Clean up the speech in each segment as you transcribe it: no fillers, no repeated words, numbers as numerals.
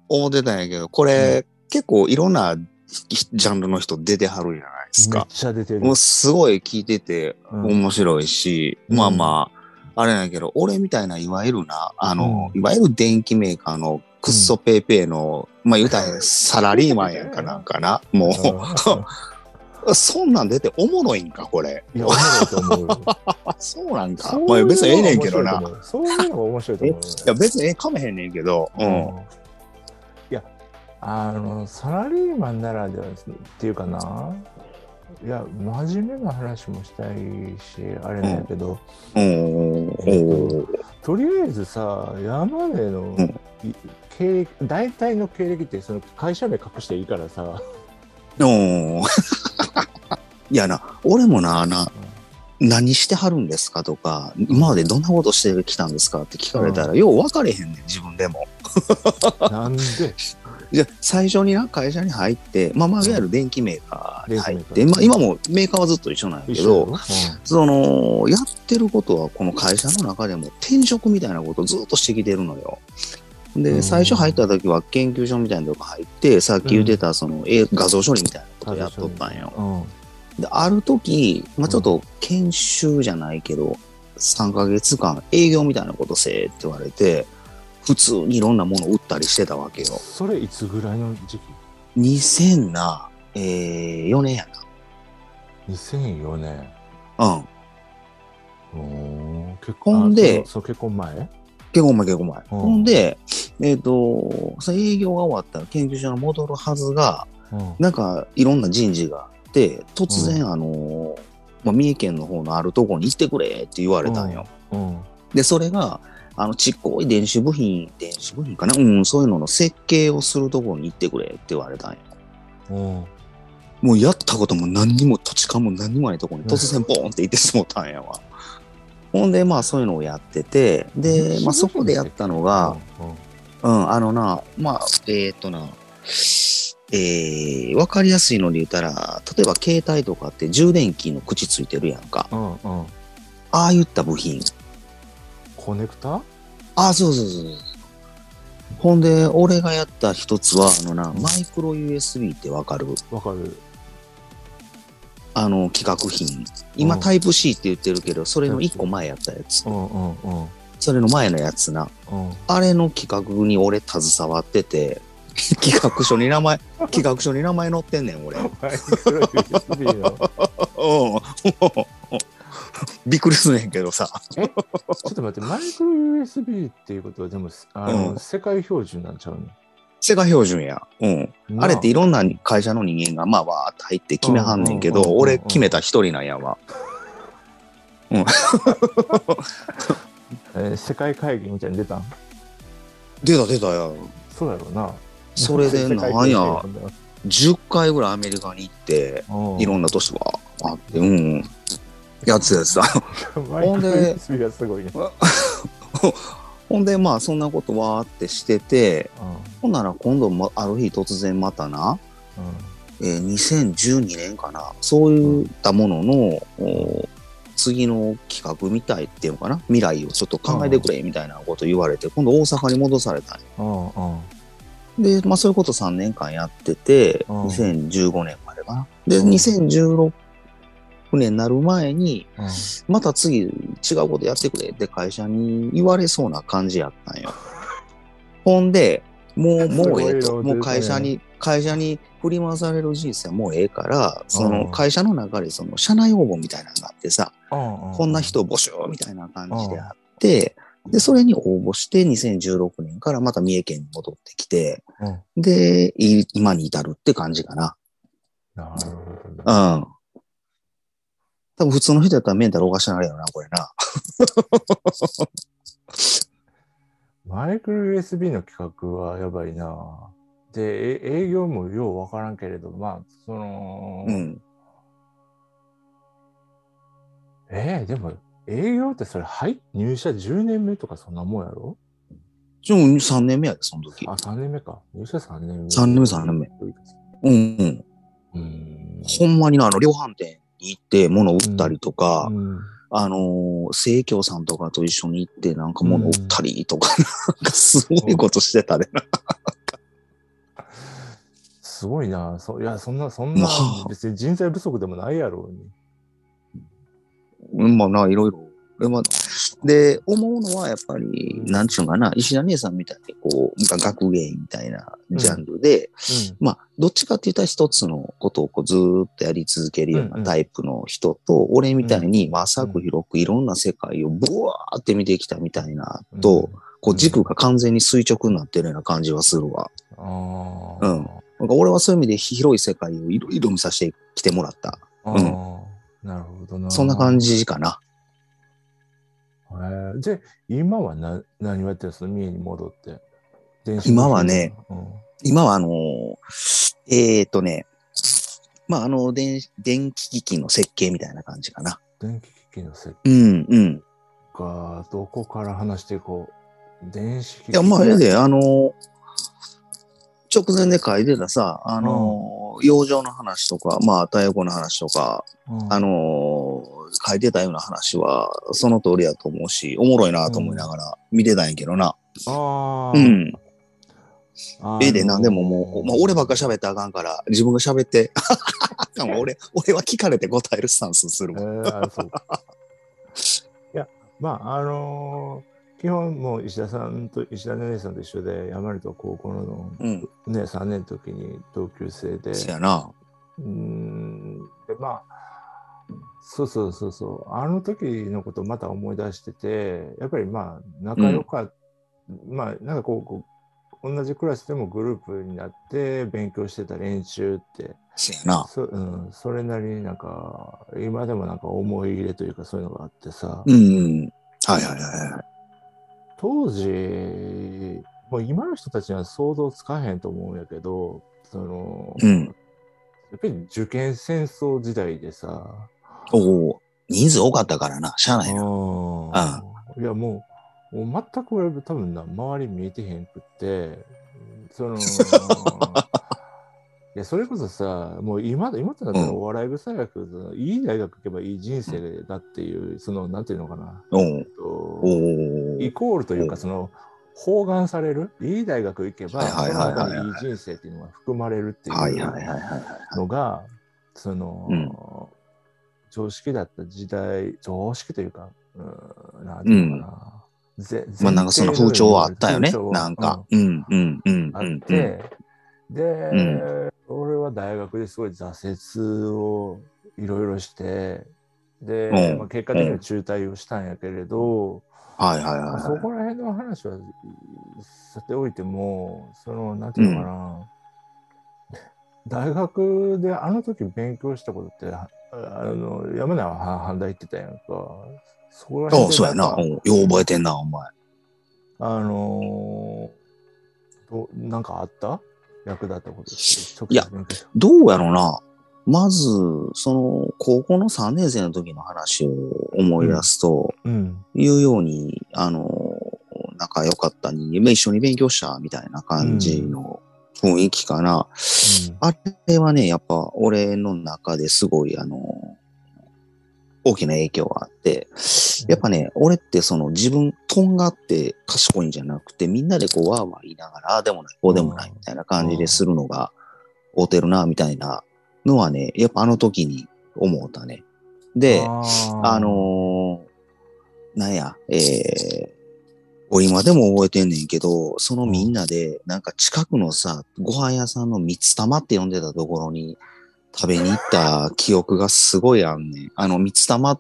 思ってたんやけど、これ、結構いろんなジャンルの人出てはるじゃないですか。 めっちゃ出てる。 もうすごい聞いてて面白いし、まあまあ、あれなんやけど、俺みたいないわゆるな、いわゆる電機メーカーのクッソペーペーの、まあ言うたらサラリーマンやんかなんかな、もう、そんなん出ておもろいんか、これ。 いや、おもろいと思うよ。 そうなんか。まあ別にええねんけどな。 そういうのが面白いと思う。 いや、別にかめへんねんけど、 いや、サラリーマンならではっていうかな、いや、真面目な話もしたいし、あれなんやけど、とりあえずさ、山根の経歴、大体の経歴ってその会社名隠していいからさ。 いやな、俺もな、何してはるんですかとか、今までどんなことしてきたんですかって聞かれたら、よう分かれへんねん、自分でも。 なんでいや、最初にな、会社に入って、まあ、いわゆる電機メーカーに入って、まあ、今もメーカーはずっと一緒なんやけど、やってることは、この会社の中でも転職みたいなことをずっとしてきてるのよ。で、最初入った時は研究所みたいなとこ入って、さっき言ってた、画像処理みたいなことをやっとったんよ。で、ある時、まあ、ちょっと研修じゃないけど、3ヶ月間営業みたいなことせえって言われて、普通にいろんなものを売ったりしてたわけよ。 それいつぐらいの時期 ?2004 年やな。2004年。 ほんで、 結婚前。 ほんで、その営業が終わったら研究所に戻るはずが、なんかいろんな人事があって、突然まあ、三重県の方のあるところに行ってくれって言われたんよ。で、それが、ちっこい電子部品かな、そういうのの設計をするところに行ってくれって言われたんよ。もうやったことも何にも土地勘も何にもないところに突然ボーンって行ってしもたんやわ。ほんで、まあそういうのをやってて、で、まあそこでやったのが、まあ、わかりやすいので言ったら、例えば携帯とかって充電器の口ついてるやんか。ああいった部品。 コネクタ？ そう。ほんで、俺がやった一つは、マイクロ USB ってわかる？ わかる。 規格品。今タイプ C って言ってるけど、それの一個前やったやつ。それの前のやつな。あれの企画に俺携わってて、企画書に名前載ってんねん、俺。マイクロ USB の。びっくりするねんけどさ。 ちょっと待って、マイクロ USB っていうことは、でも、世界標準なんちゃうの？ 世界標準や。あれっていろんな会社の人間が、まあ、わーって入って決めはんねんけど、俺決めた一人なんやわ。 世界会議みたいに出たん？ 出たや。 そうやろうな。 それで、なんや、10回ぐらいアメリカに行って、いろんな都市があって、やつやつだ。ほんで、ほんで、まあ、そんなことわーってしてて、ほんなら今度、ある日突然またな、2012年かな、そういったものの、次の企画みたいっていうのかな、未来をちょっと考えてくれみたいなこと言われて、今度大阪に戻されたんよ。で、まあそういうこと3年間やってて、2015年までかな。で、2016年になる前に、また次違うことやってくれって会社に言われそうな感じやったんよ。ほんで、もうええと。もう会社に振り回される人生はもうええから、その会社の中でその社内応募みたいなのがあってさ、こんな人募集みたいな感じであって、で、それに応募して2016年からまた三重県に戻ってきて、で、今に至るって感じかな。 なるほど。 多分普通の人だったらメンタルおかしなるよな、これな。 マイクロ USB の企画はやばいな。で、営業もようわからんけれど、まあ、でも、営業ってそれ、入社10年目とかそんなもんやろ ？3年目やで、その時。 3年目か。入社3年目。 3年目。ほんまにな、量販店に行って物を売ったりとか、生協さんとかと一緒に行ってなんか物を売ったりとか、なんかすごいことしてたでな。 すごいな。いや、そんなまあ、 別に人材不足でもないやろうに。 まあな、いろいろ。まあ、で、思うのはやっぱり、なんちゅうかな、石田姉さんみたいに、こう、学芸みたいなジャンルで、まあ、どっちかって言ったら一つのことをこうずーっとやり続けるようなタイプの人と、俺みたいに、まあ、浅く広くいろんな世界をブワーって見てきたみたいなと、こう軸が完全に垂直になってるような感じはするわ。うん。なんか俺はそういう意味で広い世界をいろいろ見させてきてもらった。うん。 なるほどな。 そんな感じかな。 で、今は何をやってるんですか？三重に戻って。 今はね、今はまあ電気機器の設計みたいな感じかな。 電気機器の設計。どこから話していこう。電子機器。 いや、まあ、直前で書いてたさ、養生の話とか、まあ、太陽光の話とか、書いてたような話は、その通りやと思うし、おもろいなと思いながら見てたんやけどな。で、なんでももう、まあ、俺ばっか喋ってあかんから、自分が喋って、俺は聞かれて答えるスタンスするもん。 そういや、まあ、基本もう石田姉さんと一緒で、山根と高校の、ね、3年の時に同級生で。 そうやな。 で、まあ、そう。あの時のことをまた思い出してて、やっぱりまあ、仲良かった。まあ、なんかこう、同じクラスでもグループになって勉強してた連中って、それなりになんか、今でもなんか思い入れというかそういうのがあってさ。当時、もう今の人たちには想像つかへんと思うんやけど、やっぱり受験戦争時代でさ。 人数多かったからな、しゃあないな。 いやもう全く俺多分な、周り見えてへんくって、いやそれこそさ、もう今となったらお笑い草やけど、いい大学行けばいい人生だっていう、なんていうのかな、イコールというか、包含される、いい大学行けば、その中にいい人生っていうのが含まれるっていうのが、常識だった時代、常識というか、なんていうのかな。 まあなんかその風潮はあったよね、なんか。 あって、で、俺は大学ですごい挫折をいろいろして、で、まあ、結果的には中退をしたんやけれど、そこら辺の話はさておいても、なんていうのかな、大学であの時勉強したことって、山名は阪大行ってたやんか。そこら辺でそうやな。よう覚えてんな、お前。 なんかあった役立ったこと。 いや、どうやろうな。まず、高校の3年生の時の話を思い出すと、いうように、仲良かった人間、一緒に勉強したみたいな感じの雰囲気かな。あれはね、やっぱ俺の中ですごい、大きな影響があって、やっぱね、俺って自分、とんがって賢いんじゃなくて、みんなでこう、わーわー言いながら、ああでもない、こうでもない、みたいな感じでするのが、合うてるな、みたいなのはね、やっぱあの時に思ったね。で、なんや、今でも覚えてんねんけど、みんなで、なんか近くのさ、ご飯屋さんの三つ玉って呼んでたところに、食べに行った記憶がすごいあんねん。三つ玉って、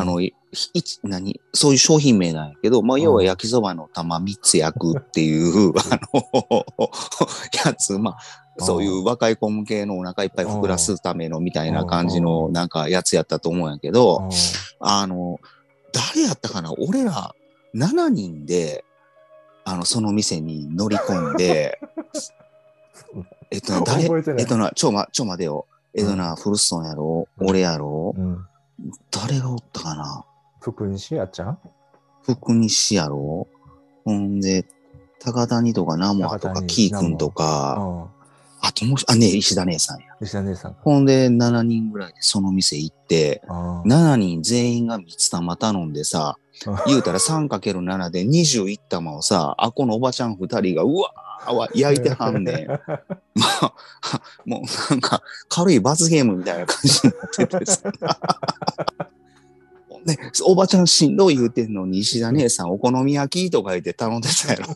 そういう商品名なんやけど、まあ、要は焼きそばの玉3つ焼くっていう、やつ、まあ、そういう若い子向けのお腹いっぱい膨らすためのみたいな感じの、なんかやつやったと思うんやけど、誰やったかな？俺ら7人で、その店に乗り込んで、ちょ待てよ。フルストンやろ、俺やろ、誰がおったかな？ 福西やちゃん？ 福西やろ、ほんで、高谷とかナモアとかキーくんとか、あともう、石田姉さんや。 石田姉さん。 ほんで、7人ぐらいでその店行って、7人全員が三つ玉頼んでさ、 言うたら 3×7 で21玉をさ、あこのおばちゃん2人がうわーわ焼いてはんねん。まあ、もうなんか軽い罰ゲームみたいな感じになっててさ。ね、おばちゃんしんどい言うてんのに石田姉さんお好み焼きとか言って頼んでたやろ。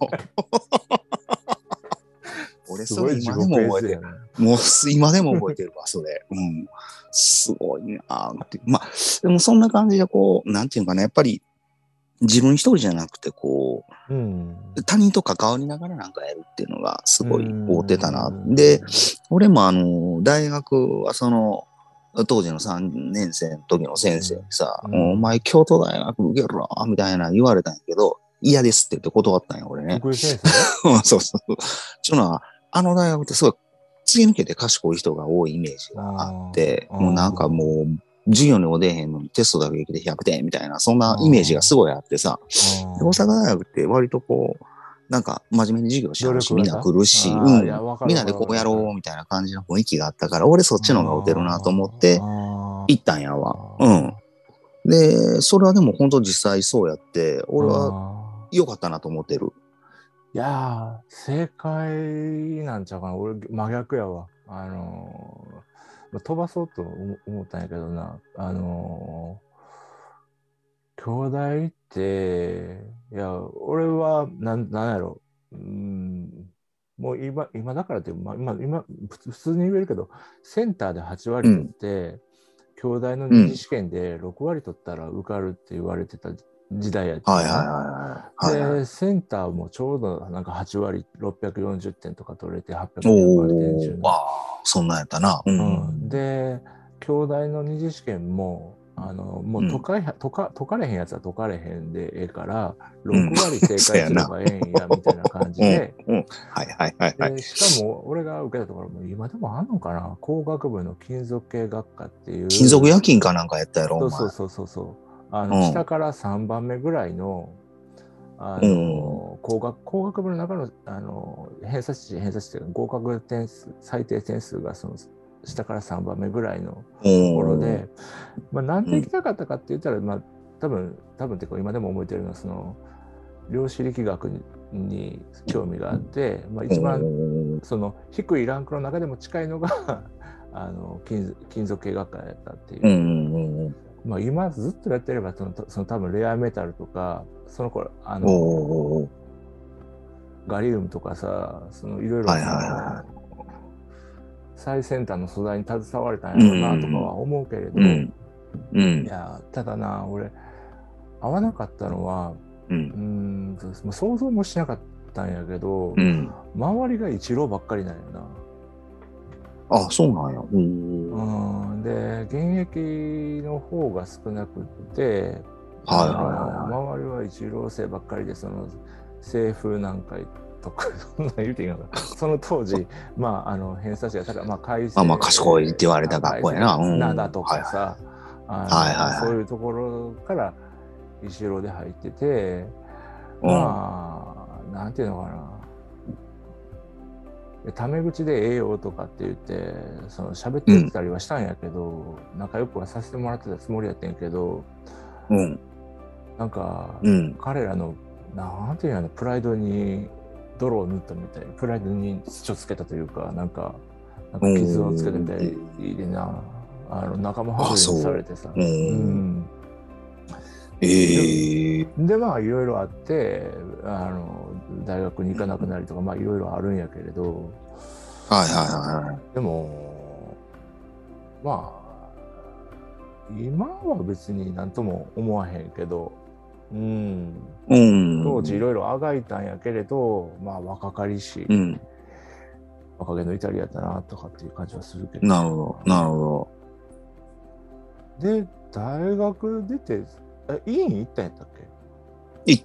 俺それ今でも覚えてる。もう今でも覚えてるわ、それ。うん。すごいなーって。まあ、でもそんな感じでこう、なんていうかな、やっぱり自分一人じゃなくてこう、他人と関わりながらなんかやるっていうのがすごい合ってたな。で、俺も大学はその、当時の3年生の時の先生にさ、お前京都大学受けろみたいな言われたんやけど、嫌ですって言って断ったんや、俺ね。 福井先生そうそう。ちゅうのは、あの大学ってすごい突き抜けて賢い人が多いイメージがあって、もうなんかもう、授業にお出へんのにテストだけで100点みたいな、そんなイメージがすごいあってさ、大阪大学って割とこう、なんか真面目に授業しはるし、みんな来るし、みんなでこうやろうみたいな感じの雰囲気があったから、俺そっちの方が打てるなと思って、行ったんやわ。うん。で、それはでも本当実際そうやって、俺は良かったなと思ってる。 いやー、正解なんちゃうかな。俺、真逆やわ。飛ばそうと思ったんやけどな。兄弟って、いや、俺は、なんやろ。もう今だからって、今、普通に言えるけど、センターで8割取って、兄弟の二次試験で6割取ったら受かるって言われてた時代やったな。で、センターもちょうどなんか8割640点とか取れて800点割点中の。 そんなんやったな。 で、兄弟の二次試験も、もう解かれへんやつは解かれへんでええから、6割正解すればええんや、みたいな感じで。しかも、俺が受けたところも今でもあんのかな、工学部の金属系学科っていう。 金属夜勤かなんかやったやろ、 そう。下から3番目ぐらいの、工学部の中の、偏差値というか合格点数、最低点数がその下から3番目ぐらいのところで、なんで行きたかったかって言ったら、多分って今でも覚えてるのは、その量子力学に興味があって、一番その低いランクの中でも近いのが金属系学科やったっていう。今ずっとやってればその多分レアメタルとか、その頃ガリウムとかさ、そのいろいろ最先端の素材に携われたんやろうなとかは思うけれど、いやただな、俺合わなかったのは、想像もしなかったんやけど、周りがイチローばっかりなんやな。 あ、そうなんや。で、現役の方が少なくって、周りはイチロー生ばっかりで、その西風南海とか、そんな言うていいのか、その当時、偏差値が高い、海星、 賢いって言われた学校やな。 灘とかさ、そういうところからイチローで入ってて、なんていうのかな。タメ口でええよとかって言って喋ってたりはしたんやけど、仲良くはさせてもらってたつもりやってんけど、なんか、彼らのなんていうの、プライドに泥を塗ったみたい、プライドに土をつけたというか、なんか傷をつけたみたいでな、仲間外れにされてさ。でいろいろあって大学に行かなくなりとかいろいろあるんやけれど、でも今は別になんとも思わへんけど、当時いろいろあがいたんやけれど、若かりし、若気の至りやったなとかっていう感じはするけど。 なるほど。 で、大学出て院行ったんやったっけ？ 行った。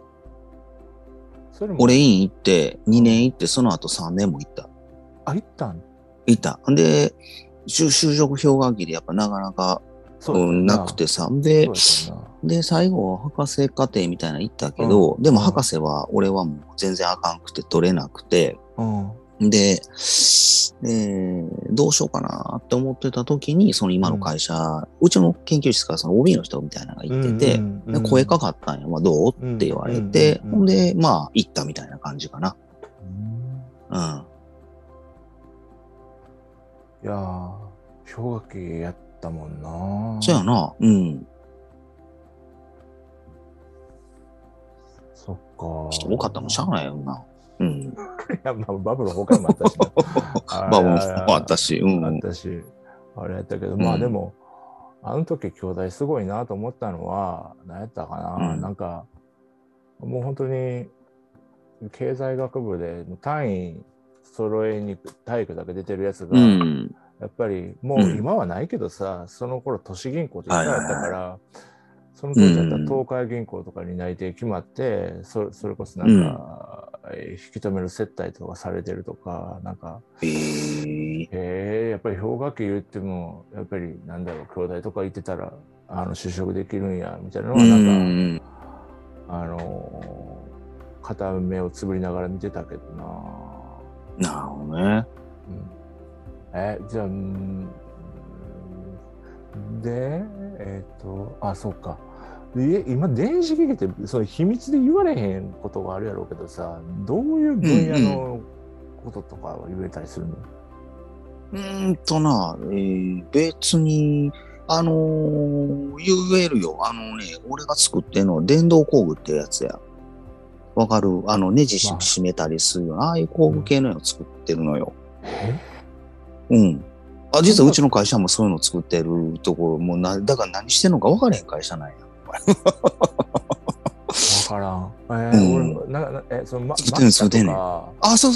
俺院行って2年行って、その後3年も行った。 あ、行ったん？ 行った。で、就職氷河期でやっぱなかなかなくてさ、で最後博士課程みたいなの行ったけど、でも博士は俺はもう全然あかんくて取れなくて、 で、どうしようかなって思ってた時に、その今の会社、うちの研究室からその OB の人みたいなのが行ってて、で声かかったんや、まあ、どうって言われて、ほんで、まあ、行ったみたいな感じかな。うん。 いやー、氷河期やったもんな。 そうやな、うん。 そっか。 人多かったもんしゃあないよな。うん。いや、まあ、バブル崩壊もあったしな。 バブルもあったし、うん。 あったし、あれやったけど、まあでも、あの時兄弟すごいなと思ったのは、何やったかな、なんか、もう本当に、経済学部で単位揃えに体育だけ出てるやつが、やっぱりもう今はないけどさ、その頃都市銀行っていっぱいあったから、その当時だったら東海銀行とかに内定決まって、それこそなんか、引き止める接待とかされてるとか、なんか、やっぱり氷河期言っても、やっぱりなんだろう、兄弟とか行ってたら、就職できるんや、みたいなのはなんか、片目をつぶりながら見てたけどな。なるほどね。 じゃあ、で、そうか。今、電子機器ってその秘密で言われへんことがあるやろうけどさ、どういう分野のこととかは言えたりするの？ 別に、言えるよ。俺が作ってんの電動工具ってやつや。わかる？ネジ締めたりするような、ああいう工具系のやつ作ってるのよ。うん。実はうちの会社もそういうの作ってるところ、もうだから何してんのか分からへん会社なんや。 分からん。俺、そのマッタとか。 そう。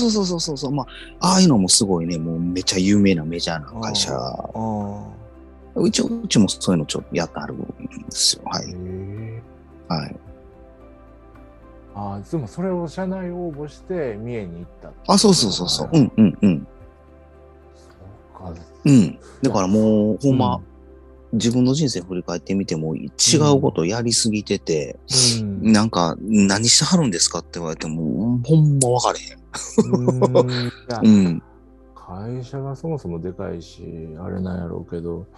まあ、ああいうのもすごいね、もうめちゃ有名なメジャーな会社。うちもそういうのちょっとやってあるんですよ。はい。はい。 でもそれを社内応募して三重に行った。 そう。だからもう、ほんま、自分の人生振り返ってみても違うことをやりすぎてて、なんか何してはるんですかって言われてもほんま分かれへん。 会社がそもそもでかいしあれなんやろうけど、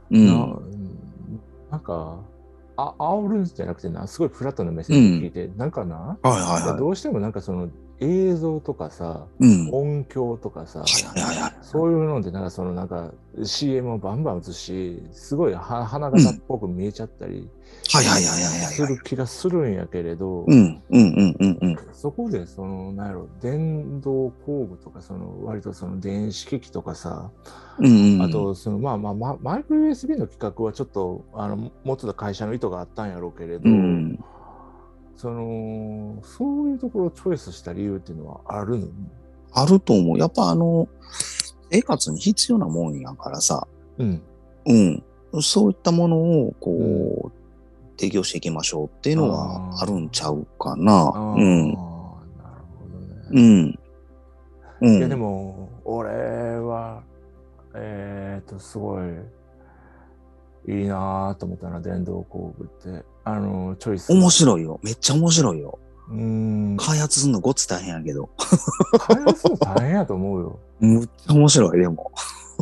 なんか煽るんじゃなくてな、すごいフラットなメッセージ聞いて、なんかな、どうしてもなんかその映像とかさ、音響とかさ、そういうのでなんかそのなんか CM をバンバン映し、すごい花形っぽく見えちゃったりする気がするんやけれど、そこでそのなんやろ、電動工具とかその割とその電子機器とかさ、あとそのマイクロ USB の企画はちょっともうちょっと会社の意図があったんやろうけれど、そういうところをチョイスした理由っていうのはあるの？ あると思う。やっぱ生活に必要なもんやからさ、そういったものをこう、提供していきましょうっていうのはあるんちゃうかな。なるほどね。いやでも俺はすごいいいなと思ったな、電動工具ってチョイス面白いよ。めっちゃ面白いよ。開発するのごっつ大変やけど。 開発するの大変やと思うよ。 むっちゃ面白い、でも。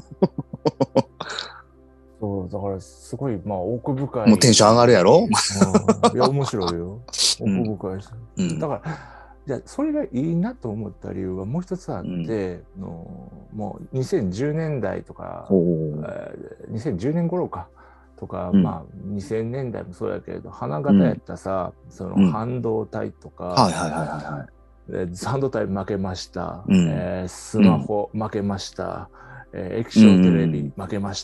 そうだからすごい奥深い。 もうテンション上がるやろ？ いや面白いよ。奥深いし。だからじゃあそれがいいなと思った理由はもう一つあって、もう2010年代とか、2010年頃かとか、2000年代もそうやけれど、花形やったさ、その半導体とか、半導体負けました、スマホ負けました、液晶テレビ負けました、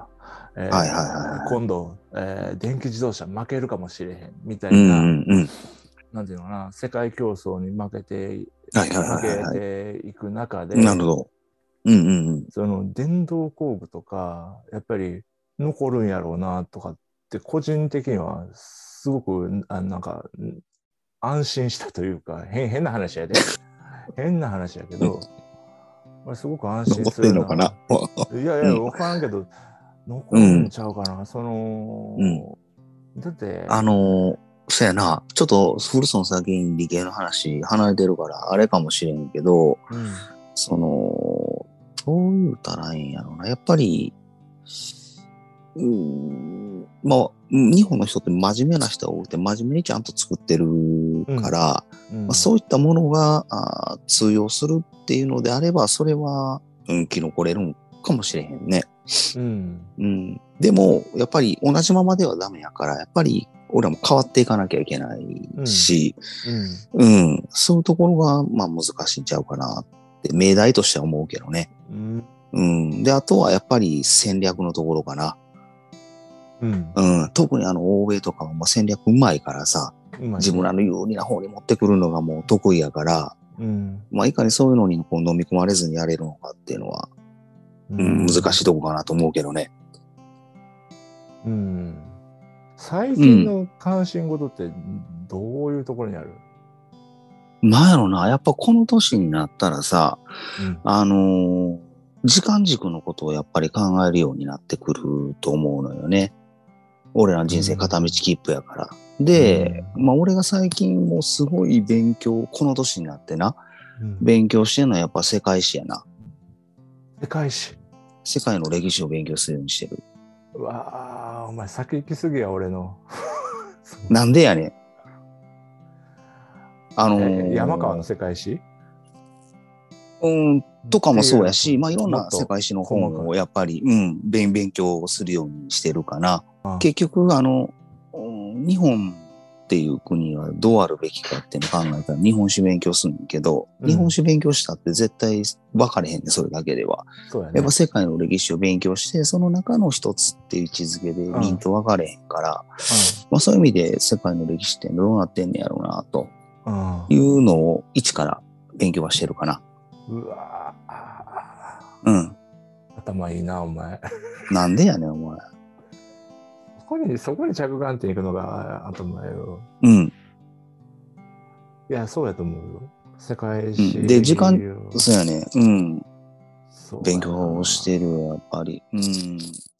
今度、電気自動車負けるかもしれへんみたいな、なんていうのかな、世界競争に負けていく中で、 なるほど。 その電動工具とかやっぱり残るんやろうなとかって個人的にはすごくなんか安心したというか、変な話やで変な話やけど、すごく安心するな。 残ってんのかな？ いや分からんけど残るんちゃうかな。だってそうやな、ちょっと古村先に理系の話離れてるからあれかもしれんけど、 そう言うたらいいんやろうな。やっぱり、まあ、日本の人って真面目な人が多くて、真面目にちゃんと作ってるから、まあ、そういったものが通用するっていうのであれば、それは、生き残れるんかもしれへんね。でも、やっぱり同じままではダメやから、やっぱり俺らも変わっていかなきゃいけないし、そういうところが、まあ難しいんちゃうかなって、命題としては思うけどね。で、あとはやっぱり戦略のところかな。特に欧米とかはもう戦略うまいからさ、自分らの有利な方に持ってくるのがもう得意やから、まあいかにそういうのにこう飲み込まれずにやれるのかっていうのは、難しいとこかなと思うけどね。 最近の関心事ってどういうところにある？ なんやろな、やっぱこの年になったらさ、時間軸のことをやっぱり考えるようになってくると思うのよね。俺らの人生片道切符やから。で、まあ俺が最近もすごい勉強、この年になってな、勉強してるのはやっぱ世界史やな。 世界史？ 世界の歴史を勉強するようにしてる。 うわー、お前先行きすぎや、俺の。 なんでやねん。山川の世界史？ とかもそうやし、まあいろんな世界史の本をやっぱり、勉強するようにしてるかな。結局、日本っていう国はどうあるべきかっていうのを考えたら日本史勉強するんだけど、日本史勉強したって絶対分かれへんね、それだけでは。やっぱ世界の歴史を勉強して、その中の一つっていう位置づけで見んと分かれへんから、まあそういう意味で世界の歴史ってどうなってんねやろうな、というのを一から勉強はしてるかな。 うわぁ。 頭いいな、お前。 なんでやねん、お前。 そこに着眼点いくのが頭よ。いや、そうやと思うよ。世界史。 で、時間、そうやね。勉強してるよ、やっぱり。